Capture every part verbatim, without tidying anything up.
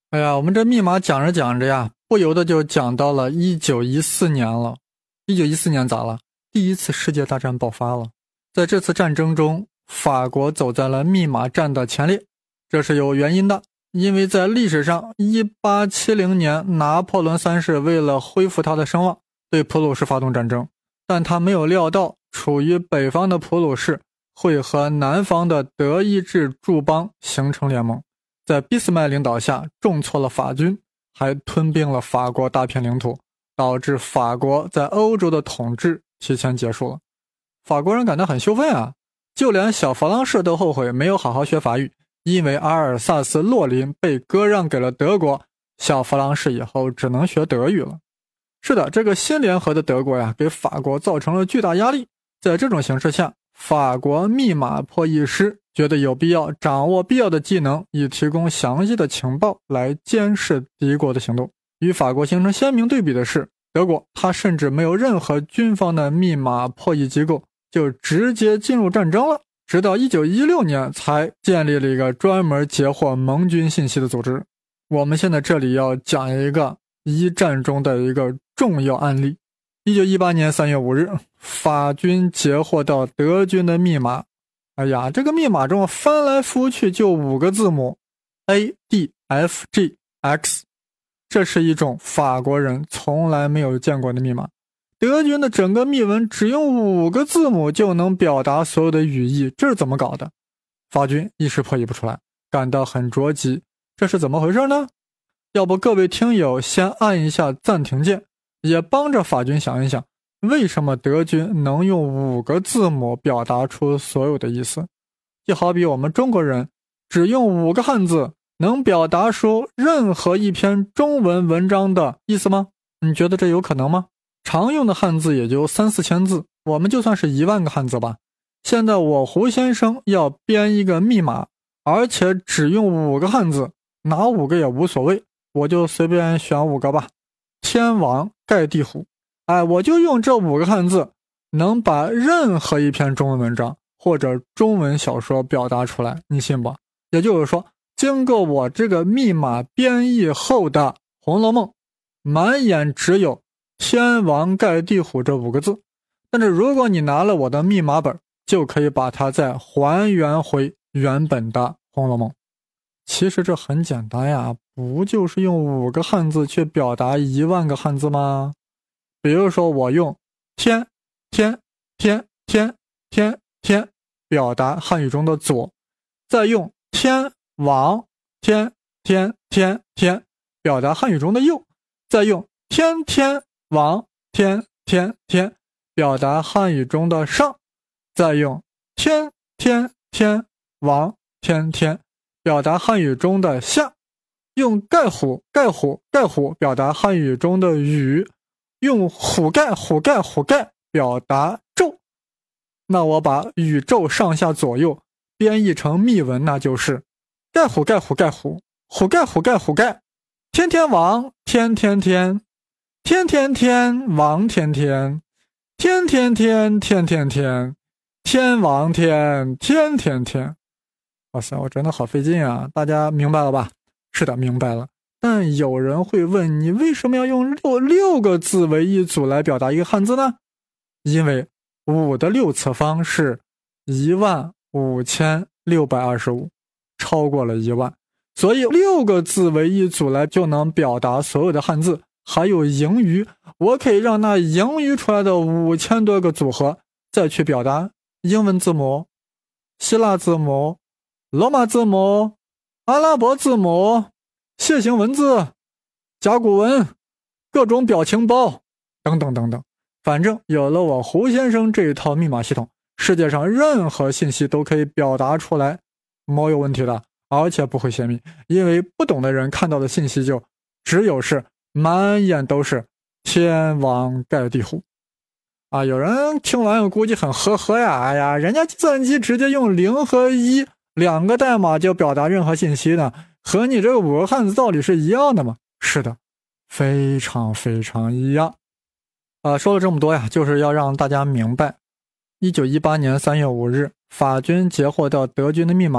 哎呀，我们这密码讲着讲着呀，不由得就讲到了一九一四年了。一九一四年咋了？第一次世界大战爆发了。在这次战争中，法国走在了密码战的前列，这是有原因的。因为在历史上，一八七零年拿破仑三世为了恢复他的声望，对普鲁士发动战争，但他没有料到处于北方的普鲁士会和南方的德意志诸邦形成联盟，在俾斯麦领导下重挫了法军，还吞并了法国大片领土，导致法国在欧洲的统治提前结束了。法国人感到很羞愤啊，就连小弗朗士都后悔没有好好学法语，因为阿尔萨斯洛林被割让给了德国，小弗朗士以后只能学德语了。是的，这个新联合的德国呀，给法国造成了巨大压力。在这种形势下，法国密码破译师觉得有必要掌握必要的技能，以提供详细的情报来监视敌国的行动。与法国形成鲜明对比的是，德国它甚至没有任何军方的密码破译机构，就直接进入战争了。直到一九一六年才建立了一个专门截获盟军信息的组织。我们现在这里要讲一个一战中的一个重要案例。一九一八年三月五日，法军截获到德军的密码。哎呀，这个密码中翻来覆去就五个字母 A D F G X， 这是一种法国人从来没有见过的密码。德军的整个密文只用五个字母就能表达所有的语义，这是怎么搞的？法军一时破译不出来，感到很着急，这是怎么回事呢？要不各位听友先按一下暂停键，也帮着法军想一想，为什么德军能用五个字母表达出所有的意思？就好比我们中国人只用五个汉字能表达出任何一篇中文文章的意思吗？你觉得这有可能吗？常用的汉字也就三四千字，我们就算是一万个汉字吧。现在我胡先生要编一个密码，而且只用五个汉字，哪五个也无所谓，我就随便选五个吧。天王盖地虎，哎，我就用这五个汉字，能把任何一篇中文文章或者中文小说表达出来，你信不？也就是说，经过我这个密码编译后的《红楼梦》，满眼只有天王盖地虎这五个字，但是如果你拿了我的密码本，就可以把它再还原回原本的《红楼梦》。其实这很简单呀，不就是用五个汉字去表达一万个汉字吗？比如说我用天天天天天天表达汉语中的左，再用天王天天天天表达汉语中的右，再用天天王天天天表达汉语中的上，再用天天天王天天表达汉语中的下，用盖虎盖虎盖虎表达汉语中的雨，用虎盖虎盖虎盖表达宙。那我把宇宙上下左右编译成密文，那就是盖虎盖虎盖虎，虎盖虎盖虎盖，天天王天天天，天天天王天天，天天天天天天，天王天天天天。哇塞，我真的好费劲啊！大家明白了吧？是的，明白了。但有人会问，你为什么要用六六个字为一组来表达一个汉字呢？因为五的六次方是一万五千六百二十五，超过了一万，所以六个字为一组来就能表达所有的汉字。还有盈余，我可以让那盈余出来的五千多个组合再去表达英文字母、希腊字母、罗马字母、阿拉伯字母、楔形文字、甲骨文、各种表情包等等等等。反正有了我胡先生这一套密码系统，世界上任何信息都可以表达出来，没有问题的，而且不会泄密，因为不懂的人看到的信息就只有是满眼都是天王盖地虎啊！有人听完我估计很呵呵呀，哎呀，人家计算机直接用零和一两个代码就表达任何信息呢，和你这个五个汉字道理是一样的吗？是的，非常非常一样。啊，说了这么多呀，就是要让大家明白，一九一八年三月五日，法军截获到德军的密码，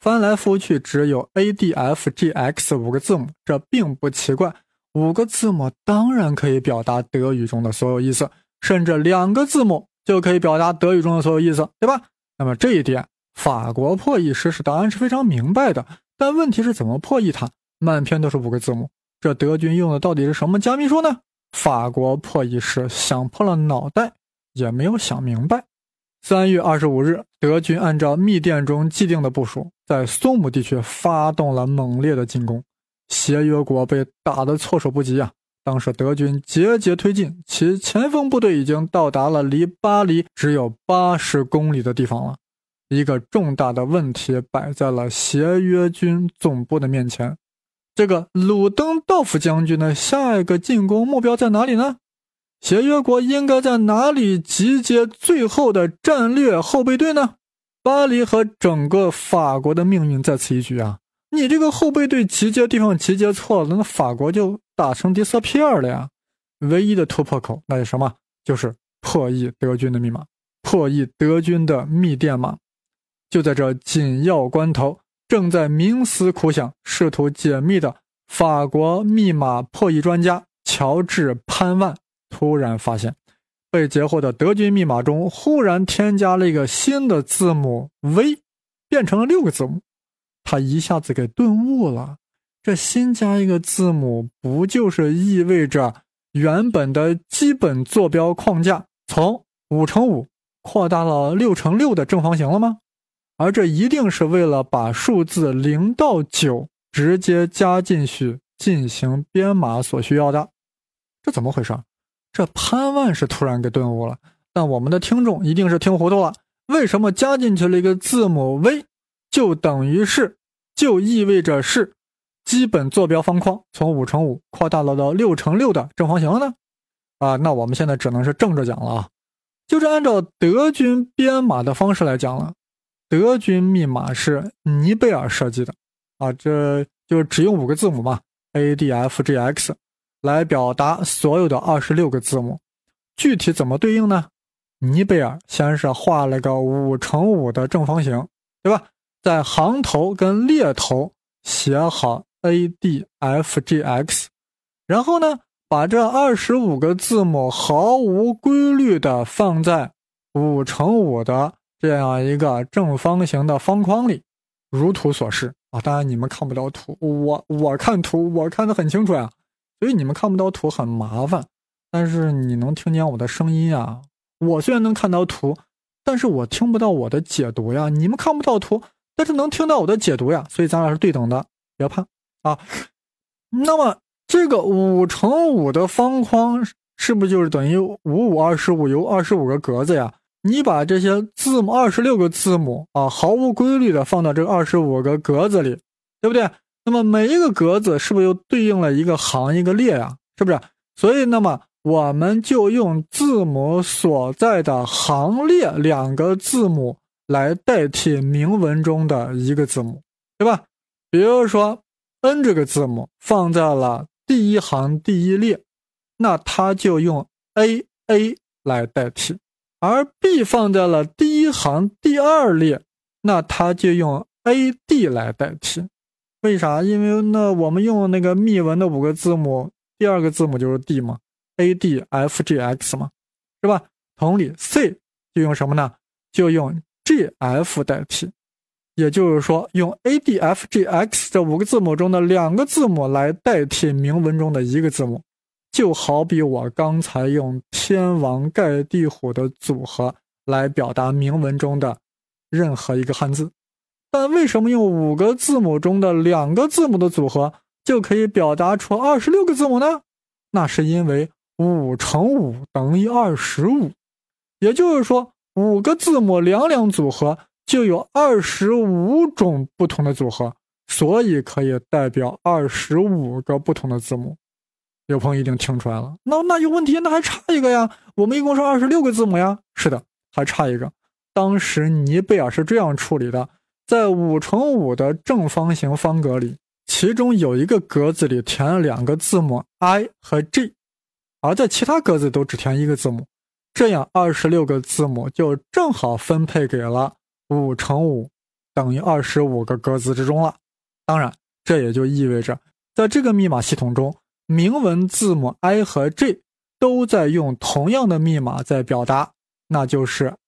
翻来覆去只有 A D F G X 五个字母，这并不奇怪。五个字母当然可以表达德语中的所有意思，甚至两个字母就可以表达德语中的所有意思，对吧？那么这一点法国破译时使答案是非常明白的，但问题是怎么破译它？满篇都是五个字母，这德军用的到底是什么加密数呢？法国破译时想破了脑袋也没有想明白。三月二十五日，德军按照密电中既定的部署，在松姆地区发动了猛烈的进攻。协约国被打得措手不及啊！当时德军节节推进，其前锋部队已经到达了离巴黎只有八十公里的地方了。一个重大的问题摆在了协约军总部的面前，这个鲁登道夫将军的下一个进攻目标在哪里呢？协约国应该在哪里集结最后的战略后备队呢？巴黎和整个法国的命运在此一举啊！你这个后备队集结地方集结错了，那法国就打成 disappear 了呀。唯一的突破口那是什么？就是破译德军的密码，破译德军的密电码。就在这紧要关头，正在冥思苦想试图解密的法国密码破译专家乔治潘万突然发现，被截获的德军密码中忽然添加了一个新的字母 V， 变成了六个字母。他一下子给顿悟了，这新加一个字母不就是意味着原本的基本坐标框架从五乘五扩大了六乘六的正方形了吗？而这一定是为了把数字零到九直接加进去进行编码所需要的。这怎么回事？这潘万是突然给顿悟了，但我们的听众一定是听糊涂了。为什么加进去了一个字母 V， 就等于是就意味着是基本坐标方框从五乘五扩大了到六乘六的正方形了呢？啊，那我们现在只能是正着讲了啊。就是按照德军编码的方式来讲了，德军密码是尼贝尔设计的啊，这就是只用五个字母嘛 A D F G X 来表达所有的二十六个字母。具体怎么对应呢？尼贝尔先是画了个五乘五的正方形，对吧？在行头跟列头写好 A D F G X， 然后呢把这二十五个字母毫无规律的放在五乘五的这样一个正方形的方框里，如图所示啊。当然你们看不到图，我我看图我看得很清楚呀，所以你们看不到图很麻烦，但是你能听见我的声音啊。我虽然能看到图，但是我听不到我的解读呀。你们看不到图，但是能听到我的解读呀，所以咱俩是对等的，别怕啊。那么这个五乘五的方框是不是就是等于五五二十五有二十五个格子呀？你把这些字母二十六个字母啊，毫无规律的放到这个二十五个格子里，对不对？那么每一个格子是不是又对应了一个行一个列呀？是不是？所以那么我们就用字母所在的行列两个字母来代替明文中的一个字母，对吧？比如说 N 这个字母放在了第一行第一列，那它就用 A A 来代替，而 B 放在了第一行第二列，那它就用 A D 来代替。为啥？因为那我们用那个密文的五个字母，第二个字母就是 D 嘛， A D F G X 嘛，是吧？同理 C 就用什么呢？就用 G F 代替。也就是说用 A D F G X 这五个字母中的两个字母来代替明文中的一个字母，就好比我刚才用天王盖地虎的组合来表达明文中的任何一个汉字。但为什么用五个字母中的两个字母的组合就可以表达出二十六个字母呢？那是因为五乘五等于二十五，也就是说五个字母两两组合就有二十五种不同的组合，所以可以代表二十五个不同的字母。有朋友一定听出来了，那那有问题，那还差一个呀，我们一共是二十六个字母呀。是的，还差一个。当时尼贝尔是这样处理的，在五乘五的正方形方格里，其中有一个格子里填了两个字母 I 和 G， 而在其他格子都只填一个字母，这样二十六个字母就正好分配给了五乘五等于二十五个格子之中了。当然，这也就意味着在这个密码系统中，明文字母 I 和 J 都在用同样的密码在表达，那就是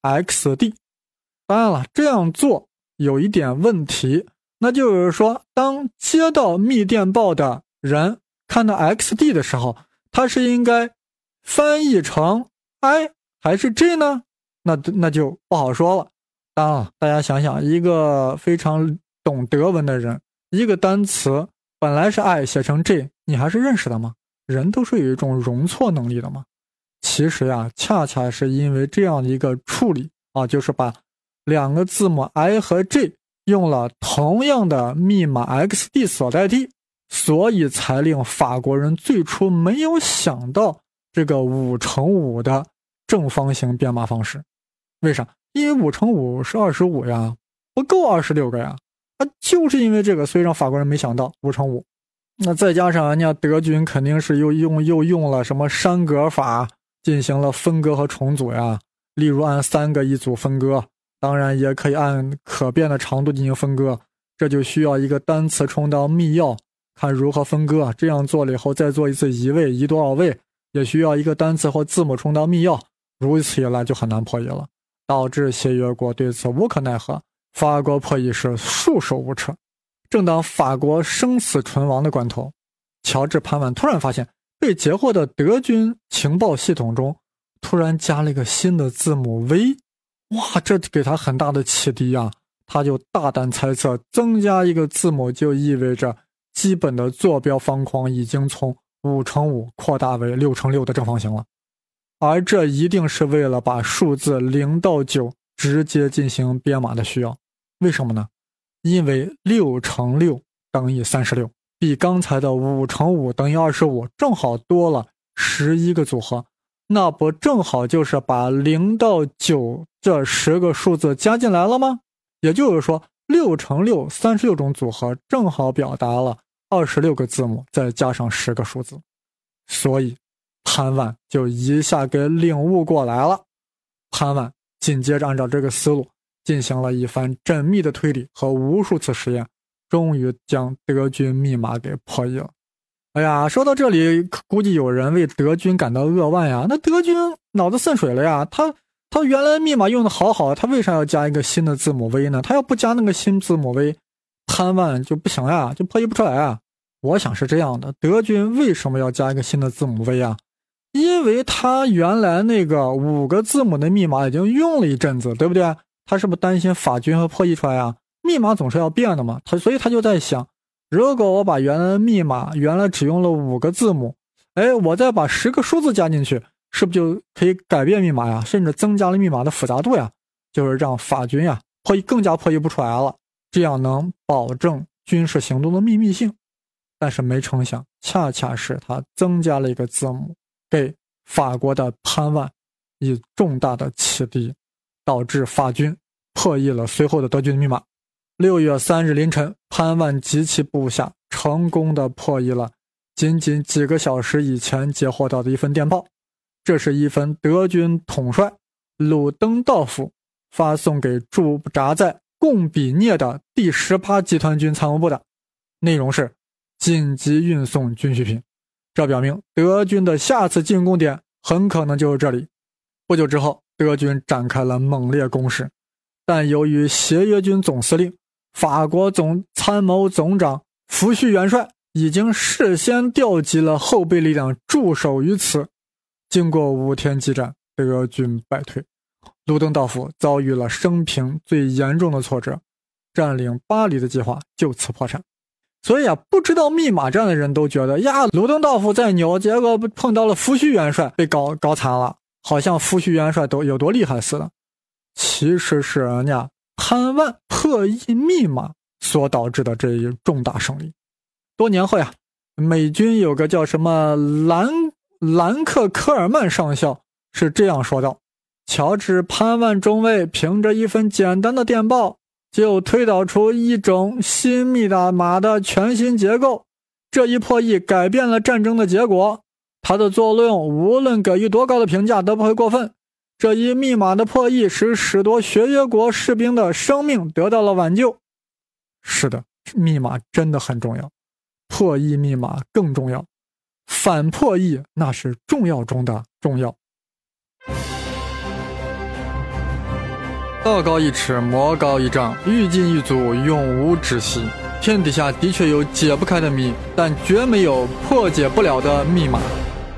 X D。 当然了，这样做有一点问题，那就是说当接到密电报的人看到 X D 的时候，他是应该翻译成 I 还是 J 呢？那那就不好说了。当然了，大家想想，一个非常懂德文的人，一个单词本来是 I 写成 J， 你还是认识的吗？人都是有一种容错能力的嘛。其实呀，恰恰是因为这样的一个处理啊，就是把两个字母 I 和 J 用了同样的密码 X D 所代替，所以才令法国人最初没有想到这个五乘五的正方形编码方式。为啥？因为五乘五是二十五呀，不够二十六个呀。啊，就是因为这个，所以让法国人没想到五乘五。那再加上人家德军肯定是又用又用了什么山格法进行了分割和重组呀，例如按三个一组分割，当然也可以按可变的长度进行分割，这就需要一个单词充当密钥，看如何分割。这样做了以后再做一次移位，移多少位，也需要一个单词或字母充当密钥，如此一来就很难破译了，导致协约国对此无可奈何，法国破译是束手无策。正当法国生死存亡的关头，乔治潘万突然发现被截获的德军情报系统中突然加了一个新的字母 V。 哇，这给他很大的启迪啊！他就大胆猜测，增加一个字母就意味着基本的坐标方框已经从五乘五扩大为六乘六的正方形了，而这一定是为了把数字零到九直接进行编码的需要。为什么呢？因为六乘六等于三十六，比刚才的五乘五等于二十五正好多了十一个组合，那不正好就是把零到九这十个数字加进来了吗？也就是说六乘六三十六种组合正好表达了二十六个字母再加上十个数字。所以潘万就一下给领悟过来了。潘万紧接着按照这个思路进行了一番缜密的推理和无数次实验，终于将德军密码给破译了。哎呀，说到这里，估计有人为德军感到扼腕呀。那德军脑子渗水了呀，他他原来密码用的好好，他为啥要加一个新的字母 V 呢？他要不加那个新字母 V， 潘万就不行呀，就破译不出来啊。我想是这样的，德军为什么要加一个新的字母 V 啊？因为他原来那个五个字母的密码已经用了一阵子，对不对？他是不是担心法军会破译出来啊？密码总是要变的嘛，他所以他就在想，如果我把原来的密码原来只用了五个字母，哎，我再把十个数字加进去，是不是就可以改变密码呀？甚至增加了密码的复杂度呀？就是让法军呀破译更加破译不出来了，这样能保证军事行动的秘密性。但是没成想，恰恰是他增加了一个字母，给法国的潘万以重大的启迪，导致法军破译了随后的德军密码。六月三日凌晨，潘万及其部下成功的破译了仅仅几个小时以前截获到的一份电报。这是一份德军统帅鲁登道夫发送给驻扎在贡比涅的第十八集团军参谋部的，内容是紧急运送军需品，这表明德军的下次进攻点很可能就是这里。不久之后，德军展开了猛烈攻势，但由于协约军总司令、法国总参谋总长福煦元帅已经事先调集了后备力量驻守于此，经过五天激战，德军败退，鲁登道夫遭遇了生平最严重的挫折，占领巴黎的计划就此破产。所以啊，不知道密码战的人都觉得呀，鲁登道夫再牛，结果碰到了福煦元帅，被搞搞惨了，好像福煦元帅都有多厉害似的。其实是人家潘万破译密码所导致的这一重大胜利。多年后呀，美军有个叫什么兰兰克科尔曼上校是这样说道：乔治潘万中尉凭着一份简单的电报就推导出一种新密码的全新结构，这一破译改变了战争的结果，它的作用无论给予多高的评价都不会过分， 这一密码的破译使许多协约国士兵的生命得到了挽救。是的，密码真的很重要，破译密码更重要，反破译那是重要中的重要。道高一尺，魔高一丈，欲进一卒，永无止息。天底下的确有解不开的谜，但绝没有破解不了的密码。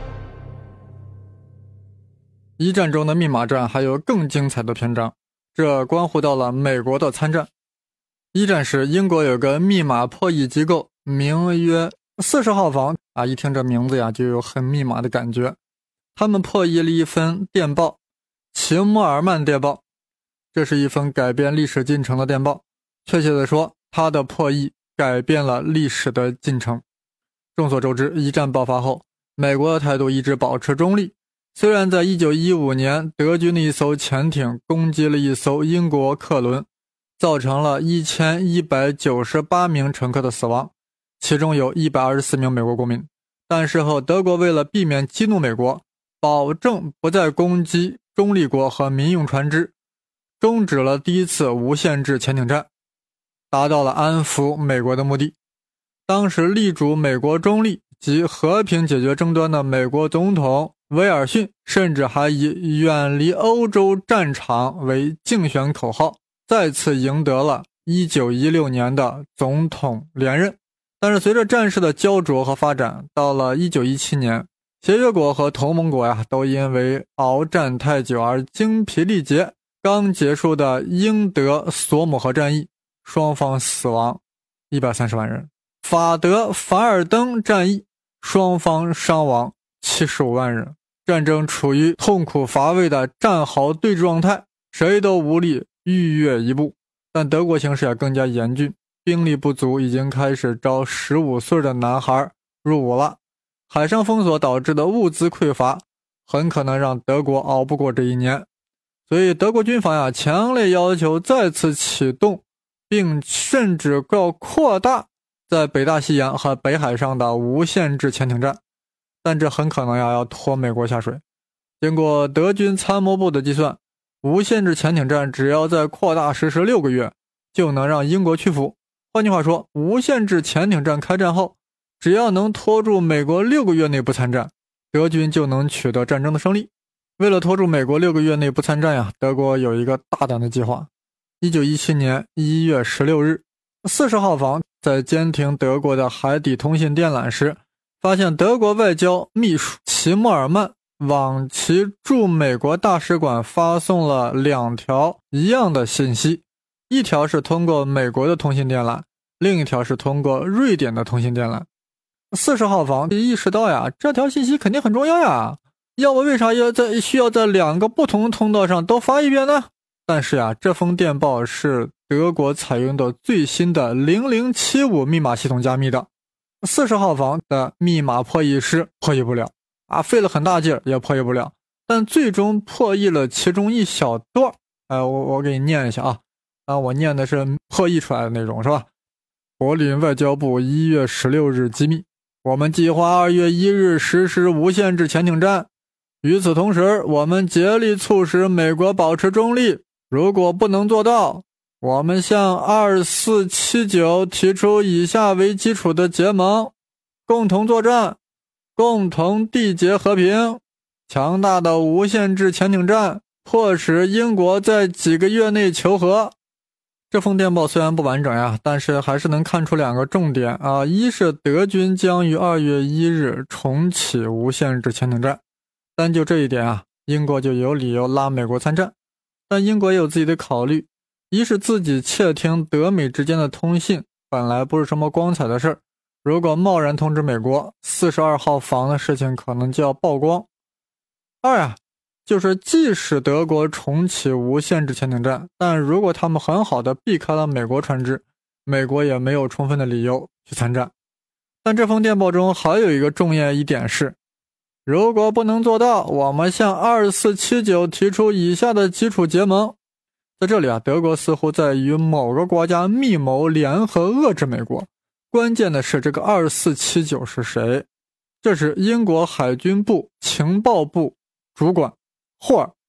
一战中的密码战还有更精彩的篇章，这关乎到了美国的参战。一战时，英国有个密码破译机构，名曰四十号房啊，一听这名字呀，就有很密码的感觉。他们破译了一份电报，齐默尔曼电报。这是一封改变历史进程的电报，确切地说，它的破译改变了历史的进程。众所周知，一战爆发后，美国的态度一直保持中立。虽然在一九一五年，德军的一艘潜艇攻击了一艘英国客轮，造成了一千一百九十八名乘客的死亡，其中有一百二十四名美国公民。但事后德国为了避免激怒美国，保证不再攻击中立国和民用船只，终止了第一次无限制潜艇战，达到了安抚美国的目的。当时力主美国中立及和平解决争端的美国总统威尔逊，甚至还以远离欧洲战场为竞选口号，再次赢得了一九一六年的总统连任。但是随着战事的焦灼和发展，到了一九一七年，协约国和同盟国呀，都因为鏖战太久而精疲力竭。刚结束的英德索姆河战役，双方死亡一百三十万人。法德凡尔登战役，双方伤亡七十五万人。战争处于痛苦乏味的战壕对峙状态，谁都无力逾越一步。但德国形势也更加严峻，兵力不足，已经开始招十五岁的男孩入伍了。海上封锁导致的物资匮乏，很可能让德国熬不过这一年。所以德国军方呀，强烈要求再次启动，并甚至要扩大在北大西洋和北海上的无限制潜艇战。但这很可能呀要拖美国下水。经过德军参谋部的计算，无限制潜艇战只要再扩大实施六个月，就能让英国屈服。换句话说，无限制潜艇战开战后，只要能拖住美国六个月内不参战，德军就能取得战争的胜利。为了拖住美国六个月内不参战呀，德国有一个大胆的计划。一九一七年一月十六日，四十号房在监听德国的海底通信电缆时，发现德国外交秘书齐默尔曼往其驻美国大使馆发送了两条一样的信息，一条是通过美国的通信电缆，另一条是通过瑞典的通信电缆。四十号房意识到呀，这条信息肯定很重要呀，要我为啥要在需要在两个不同的通道上都发一遍呢？但是呀，这封电报是德国采用的最新的零零七五密码系统加密的，四十号房的密码破译师破译不了啊，费了很大劲儿也破译不了，但最终破译了其中一小段。哎，我我给你念一下啊，啊，我念的是破译出来的内容是吧？柏林外交部一月十六日机密，我们计划二月一日实施无限制潜艇战。与此同时，我们竭力促使美国保持中立。如果不能做到，我们向二四七九提出以下为基础的结盟：共同作战，共同缔结和平，强大的无限制潜艇战，迫使英国在几个月内求和。这封电报虽然不完整呀，但是还是能看出两个重点啊。一是德军将于二月一日重启无限制潜艇战，单就这一点啊，英国就有理由拉美国参战。但英国也有自己的考虑，一是自己窃听德美之间的通信本来不是什么光彩的事儿，如果贸然通知美国，四十二号房的事情可能就要曝光。二呀、啊，就是即使德国重启无限制潜艇战，但如果他们很好的避开了美国船只，美国也没有充分的理由去参战。但这封电报中还有一个重要一点是，如果不能做到，我们向二四七九提出以下的基础结盟。在这里啊，德国似乎在与某个国家密谋联合遏制美国。关键的是这个二四七九是谁？这是英国海军部情报部主管霍尔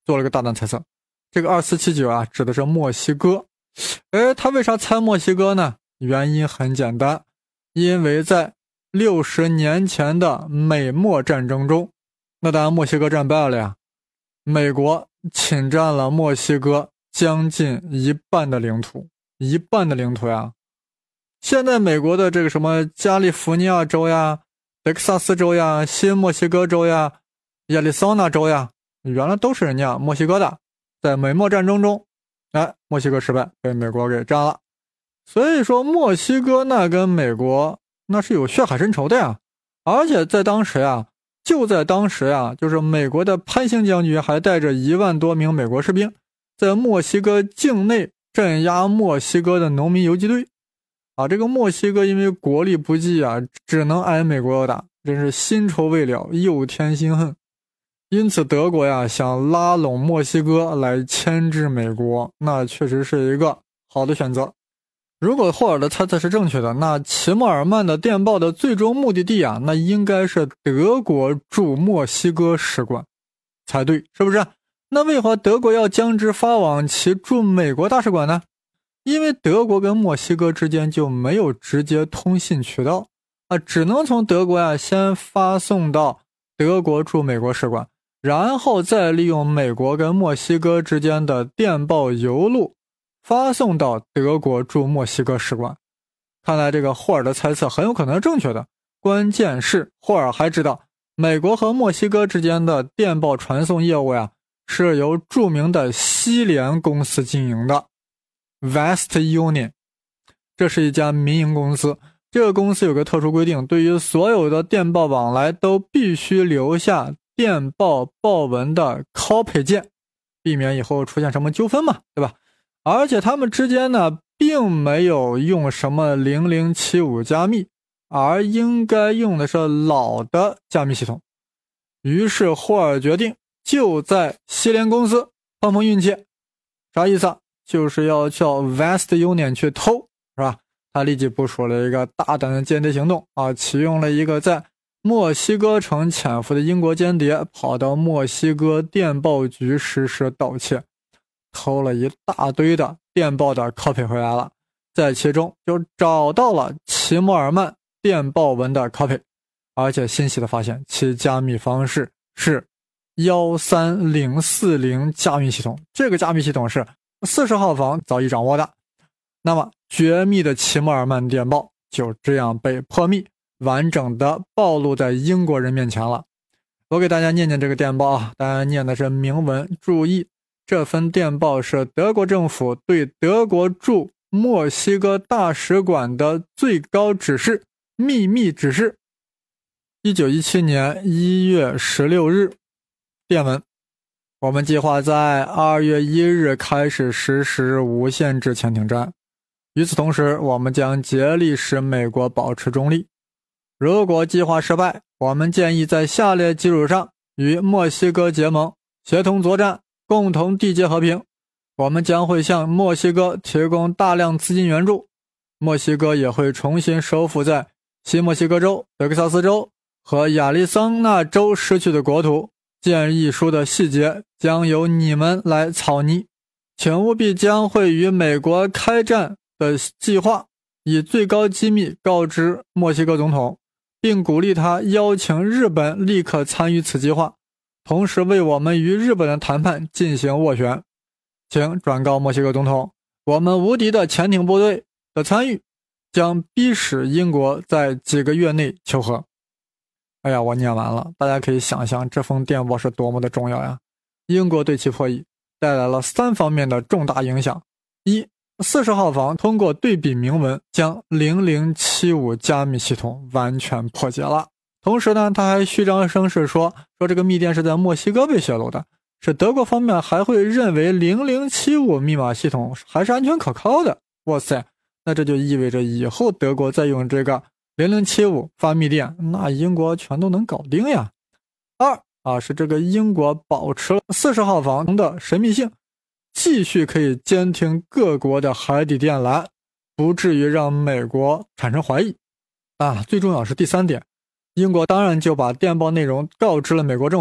做了个大胆猜测，这个二四七九啊指的是墨西哥。哎，他为啥猜墨西哥呢？原因很简单，因为在六十年前的美墨战争中，那当然墨西哥战败了呀，美国侵占了墨西哥将近一半的领土，一半的领土呀。现在美国的这个什么加利福尼亚州呀、德克萨斯州呀、新墨西哥州呀、亚利桑那州呀，原来都是人家墨西哥的。在美墨战争中，哎，墨西哥失败，被美国给占了。所以说墨西哥那跟美国那是有血海深仇的呀。而且在当时呀，就在当时呀，就是美国的潘兴将军还带着一万多名美国士兵在墨西哥境内镇压墨西哥的农民游击队啊。这个墨西哥因为国力不济啊，只能挨美国打，真是新仇未了，又添新恨。因此德国呀想拉拢墨西哥来牵制美国，那确实是一个好的选择。如果霍尔的猜测是正确的，那齐默尔曼的电报的最终目的地啊，那应该是德国驻墨西哥使馆才对，是不是？那为何德国要将之发往其驻美国大使馆呢？因为德国跟墨西哥之间就没有直接通信渠道啊，只能从德国呀先发送到德国驻美国使馆，然后再利用美国跟墨西哥之间的电报邮路发送到德国驻墨西哥使馆。看来这个霍尔的猜测很有可能是正确的，关键是霍尔还知道美国和墨西哥之间的电报传送业务呀是由著名的西联公司经营的 West Union， 这是一家民营公司。这个公司有个特殊规定，对于所有的电报往来都必须留下电报报文的 copy 件，避免以后出现什么纠纷嘛，对吧？而且他们之间呢并没有用什么零零七五加密，而应该用的是老的加密系统。于是霍尔决定就在西联公司碰碰运气。啥意思啊？就是要叫 West Union 去偷，是吧？他立即部署了一个大胆的间谍行动啊，启用了一个在墨西哥城潜伏的英国间谍，跑到墨西哥电报局实施盗窃，偷了一大堆的电报的 copy 回来了，在其中就找到了齐默尔曼电报文的 copy， 而且欣喜的发现其加密方式是一三零四零加密系统，这个加密系统是四十号房早已掌握的。那么绝密的齐默尔曼电报就这样被破密，完整的暴露在英国人面前了。我给大家念念这个电报啊，大家念的是明文，注意这份电报是德国政府对德国驻墨西哥大使馆的最高指示，秘密指示。一九一七年一月十六日，电文：我们计划在二月一日开始实施无限制潜艇战，与此同时我们将竭力使美国保持中立。如果计划失败，我们建议在下列基础上与墨西哥结盟，协同作战，共同缔结和平。我们将会向墨西哥提供大量资金援助，墨西哥也会重新收复在西墨西哥州、德克萨斯州和亚利桑那州失去的国土。建议书的细节将由你们来草拟，请务必将会与美国开战的计划以最高机密告知墨西哥总统，并鼓励他邀请日本立刻参与此计划，同时为我们与日本的谈判进行斡旋。请转告墨西哥总统，我们无敌的潜艇部队的参与将逼使英国在几个月内求和。哎呀，我念完了，大家可以想象这封电报是多么的重要呀！英国对其破译带来了三方面的重大影响：一、四十号房通过对比明文将零零七五加密系统完全破解了。同时呢，他还虚张声势说说这个密电是在墨西哥被泄露的，是德国方面还会认为零零七五密码系统还是安全可靠的。哇塞，那这就意味着以后德国再用这个零零七五发密电，那英国全都能搞定呀。二啊，是这个英国保持了四十号房的神秘性，继续可以监听各国的海底电缆，不至于让美国产生怀疑啊。最重要是第三点，英国当然就把电报内容告知了美国政府，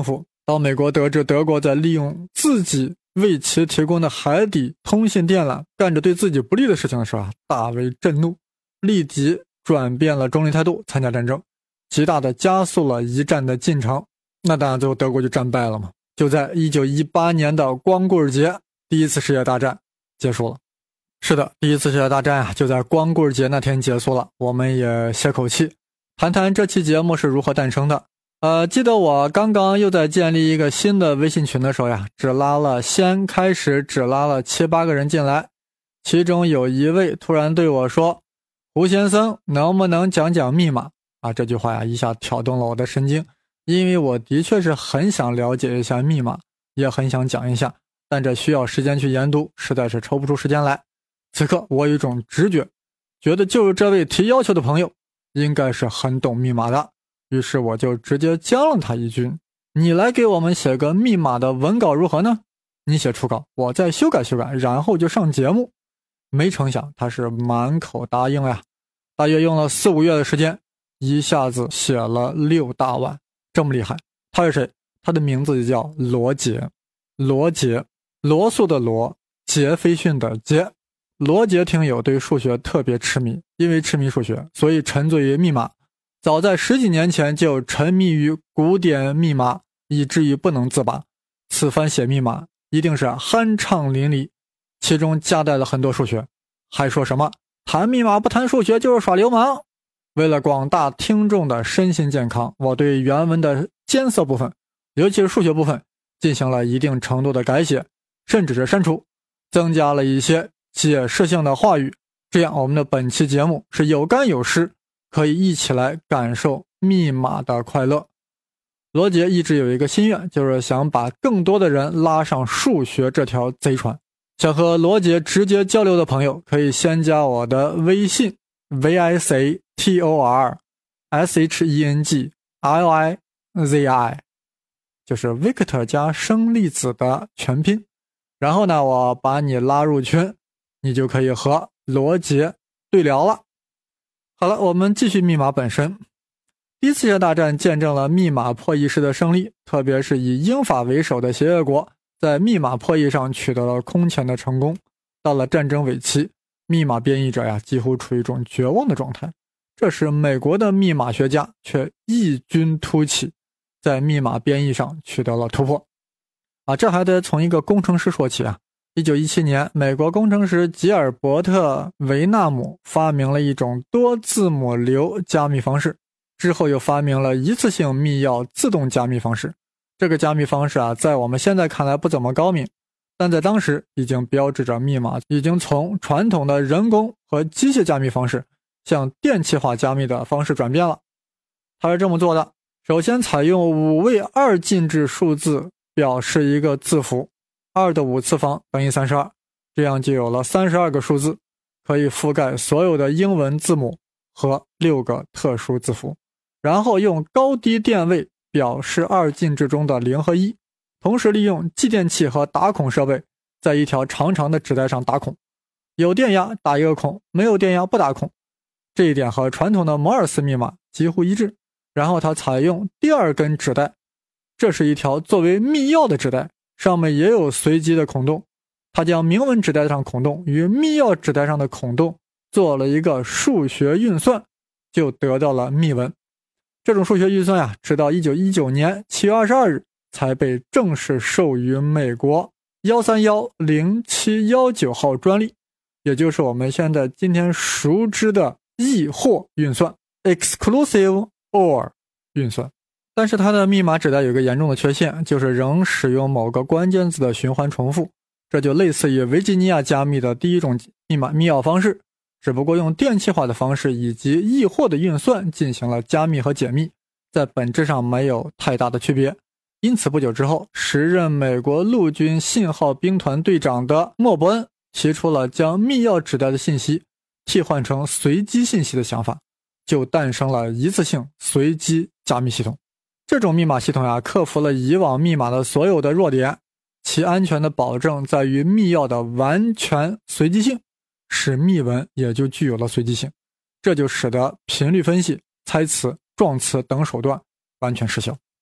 到美国得知德国在利用自己为其提供的海底通信电缆干着对自己不利的事情的时候啊，大为震怒，立即转变了中立态度，参加战争，极大的加速了一战的进程。那当然最后德国就战败了嘛。就在一九一八年的光棍节，第一次世界大战结束了。是的，第一次世界大战啊，就在光棍节那天结束了，我们也歇口气，谈谈这期节目是如何诞生的。呃，记得我刚刚又在建立一个新的微信群的时候呀，只拉了先开始只拉了七八个人进来，其中有一位突然对我说：“胡先生，能不能讲讲密码？”啊，这句话呀一下挑动了我的神经，因为我的确是很想了解一下密码，也很想讲一下，但这需要时间去研读，实在是抽不出时间来。此刻我有一种直觉，觉得就是这位提要求的朋友应该是很懂密码的，于是我就直接将了他一军：“你来给我们写个密码的文稿如何呢？你写初稿，我再修改修改，然后就上节目。”没成想他是满口答应呀，大约用了四五月的时间，一下子写了六大万，这么厉害。他是谁？他的名字就叫罗杰。罗杰，罗素的罗，杰斐逊的杰。罗杰听友对数学特别痴迷，因为痴迷数学，所以沉醉于密码。早在十几年前就沉迷于古典密码，以至于不能自拔。此番写密码一定是酣畅淋漓，其中夹带了很多数学，还说什么谈密码不谈数学就是耍流氓。为了广大听众的身心健康，我对原文的艰涩部分，尤其是数学部分，进行了一定程度的改写，甚至是删除，增加了一些解释性的话语，这样我们的本期节目是有干有湿，可以一起来感受密码的快乐。罗杰一直有一个心愿，就是想把更多的人拉上数学这条贼船。想和罗杰直接交流的朋友，可以先加我的微信 V I C T O R S H E N G L I Z I， 就是 Victor 加生粒子的全拼。然后呢，我把你拉入群，你就可以和罗杰对聊了。好了，我们继续密码本身。第一次世界大战见证了密码破译式的胜利，特别是以英法为首的协约国在密码破译上取得了空前的成功。到了战争尾期，密码编译者呀几乎处于一种绝望的状态。这时美国的密码学家却异军突起，在密码编译上取得了突破。啊，这还得从一个工程师说起啊。一九一七年，美国工程师吉尔伯特·维纳姆发明了一种多字母流加密方式，之后又发明了一次性密钥自动加密方式。这个加密方式啊，在我们现在看来不怎么高明，但在当时已经标志着密码已经从传统的人工和机械加密方式向电气化加密的方式转变了。他是这么做的：首先采用五位二进制数字表示一个字符，二的五次方等于三十二，这样就有了三十二个数字，可以覆盖所有的英文字母和六个特殊字符。然后用高低电位表示二进制中的零和一，同时利用继电器和打孔设备在一条长长的纸带上打孔，有电压打一个孔，没有电压不打孔。这一点和传统的摩尔斯密码几乎一致。然后它采用第二根纸带，这是一条作为密钥的纸带，上面也有随机的孔洞。它将明文纸带上孔洞与密钥纸带上的孔洞做了一个数学运算，就得到了密文。这种数学运算呀、啊，直到一九一九年七月二十二日才被正式授予美国一三一零七一九号专利，也就是我们现在今天熟知的异或运算 exclusive or 运算。但是它的密码纸带有一个严重的缺陷，就是仍使用某个关键字的循环重复，这就类似于维吉尼亚加密的第一种密码密钥方式，只不过用电气化的方式以及异或的运算进行了加密和解密，在本质上没有太大的区别。因此不久之后，时任美国陆军信号兵团队长的莫伯恩提出了将密钥纸带的信息替换成随机信息的想法，就诞生了一次性随机加密系统。这种密码系统呀、啊，克服了以往密码的所有的弱点，其安全的保证在于密钥的完全随机性，使密文也就具有了随机性，这就使得频率分析、猜词、撞词等手段完全失效。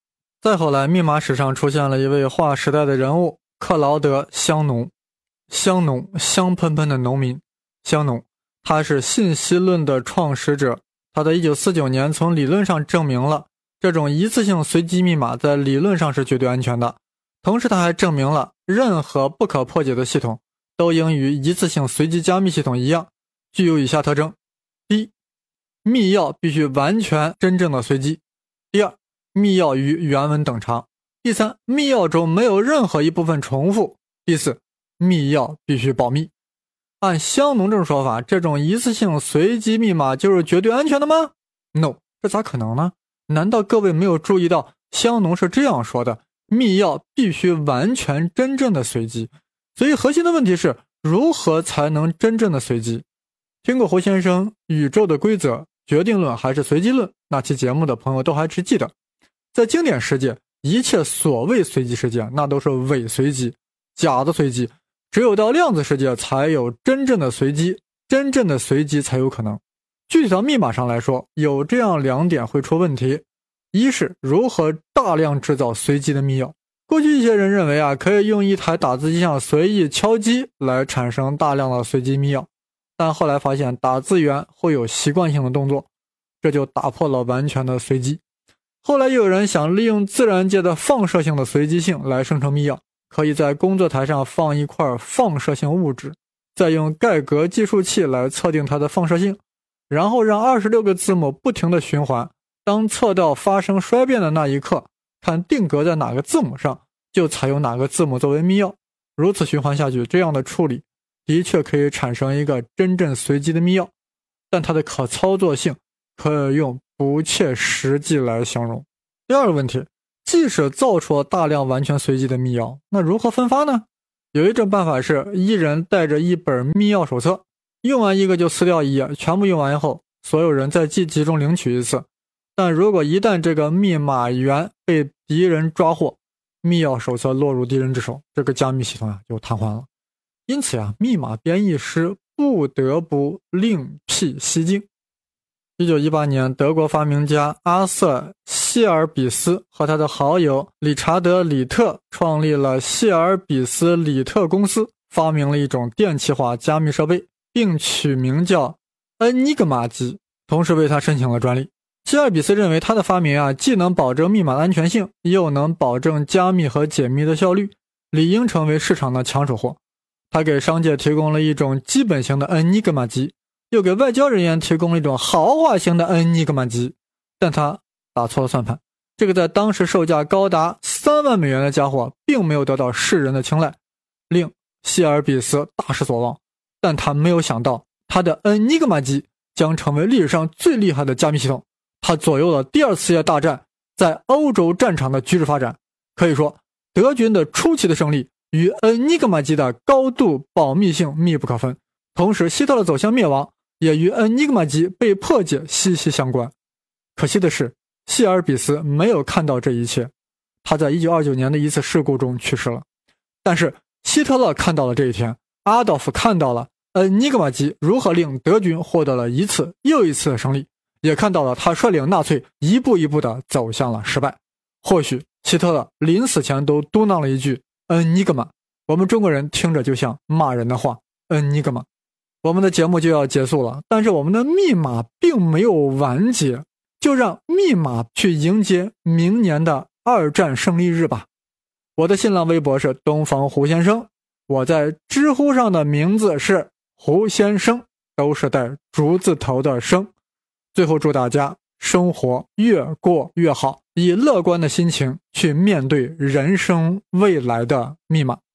再后来，密码史上出现了一位划时代的人物——克劳德·香农。香农，香喷喷的农民。香农，他是信息论的创始者。他在一九四九年从理论上证明了这种一次性随机密码在理论上是绝对安全的。同时他还证明了任何不可破解的系统都应与一次性随机加密系统一样，具有以下特征：第一，密钥必须完全真正的随机；第二，密钥与原文等长；第三，密钥中没有任何一部分重复；第四，密钥必须保密。按香农这种说法，这种一次性随机密码就是绝对安全的吗？ No， 这咋可能呢？难道各位没有注意到香农是这样说的，密钥必须完全真正的随机。所以核心的问题是，如何才能真正的随机？听过胡先生宇宙的规则、决定论还是随机论那期节目的朋友都还是记得，在经典世界，一切所谓随机世界那都是伪随机、假的随机，只有到量子世界才有真正的随机，真正的随机才有可能。具体到密码上来说，有这样两点会出问题。一是如何大量制造随机的密钥。过去一些人认为啊，可以用一台打字机上随意敲击来产生大量的随机密钥，但后来发现打字员会有习惯性的动作，这就打破了完全的随机。后来又有人想利用自然界的放射性的随机性来生成密钥，可以在工作台上放一块放射性物质，再用盖格计数器来测定它的放射性，然后让二十六个字母不停地循环，当测到发生衰变的那一刻，看定格在哪个字母上，就采用哪个字母作为密钥。如此循环下去，这样的处理的确可以产生一个真正随机的密钥，但它的可操作性可以用不切实际来形容。第二个问题，即使造出了大量完全随机的密钥，那如何分发呢？有一种办法是一人带着一本密钥手册，用完一个就撕掉一页，全部用完以后，所有人再集集中领取一次。但如果一旦这个密码源被敌人抓获，密钥手册落入敌人之手，这个加密系统啊就瘫痪了。因此呀，密码编译师不得不另辟蹊径。一九一八年，德国发明家阿瑟·谢尔比斯和他的好友理查德·里特创立了谢尔比斯里特公司，发明了一种电气化加密设备，并取名叫恩尼格玛机，同时为他申请了专利。谢尔比斯认为他的发明啊，既能保证密码的安全性，又能保证加密和解密的效率，理应成为市场的抢手货。他给商界提供了一种基本型的恩尼格玛机，又给外交人员提供了一种豪华型的恩尼格玛机，但他打错了算盘。这个在当时售价高达三万美元的家伙并没有得到世人的青睐，令谢尔比斯大失所望。但他没有想到，他的恩尼格玛机将成为历史上最厉害的加密系统。他左右了第二次世界大战在欧洲战场的局势发展。可以说，德军的出奇的胜利与恩尼格玛机的高度保密性密不可分，同时希特勒走向灭亡也与恩尼格玛机被破解息息相关。可惜的是，谢尔比斯没有看到这一切，他在一九二九年的一次事故中去世了。但是希特勒看到了这一天，阿道夫看到了恩尼格玛机如何令德军获得了一次又一次的胜利，也看到了他率领纳粹一步一步地走向了失败。或许希特勒临死前都嘟囔了一句恩尼格玛，我们中国人听着就像骂人的话，恩尼格玛。我们的节目就要结束了，但是我们的密码并没有完结，就让密码去迎接明年的二战胜利日吧。我的新浪微博是东方胡先生，我在知乎上的名字是胡先生，都是带竹字头的生。最后祝大家生活越过越好，以乐观的心情去面对人生未来的密码。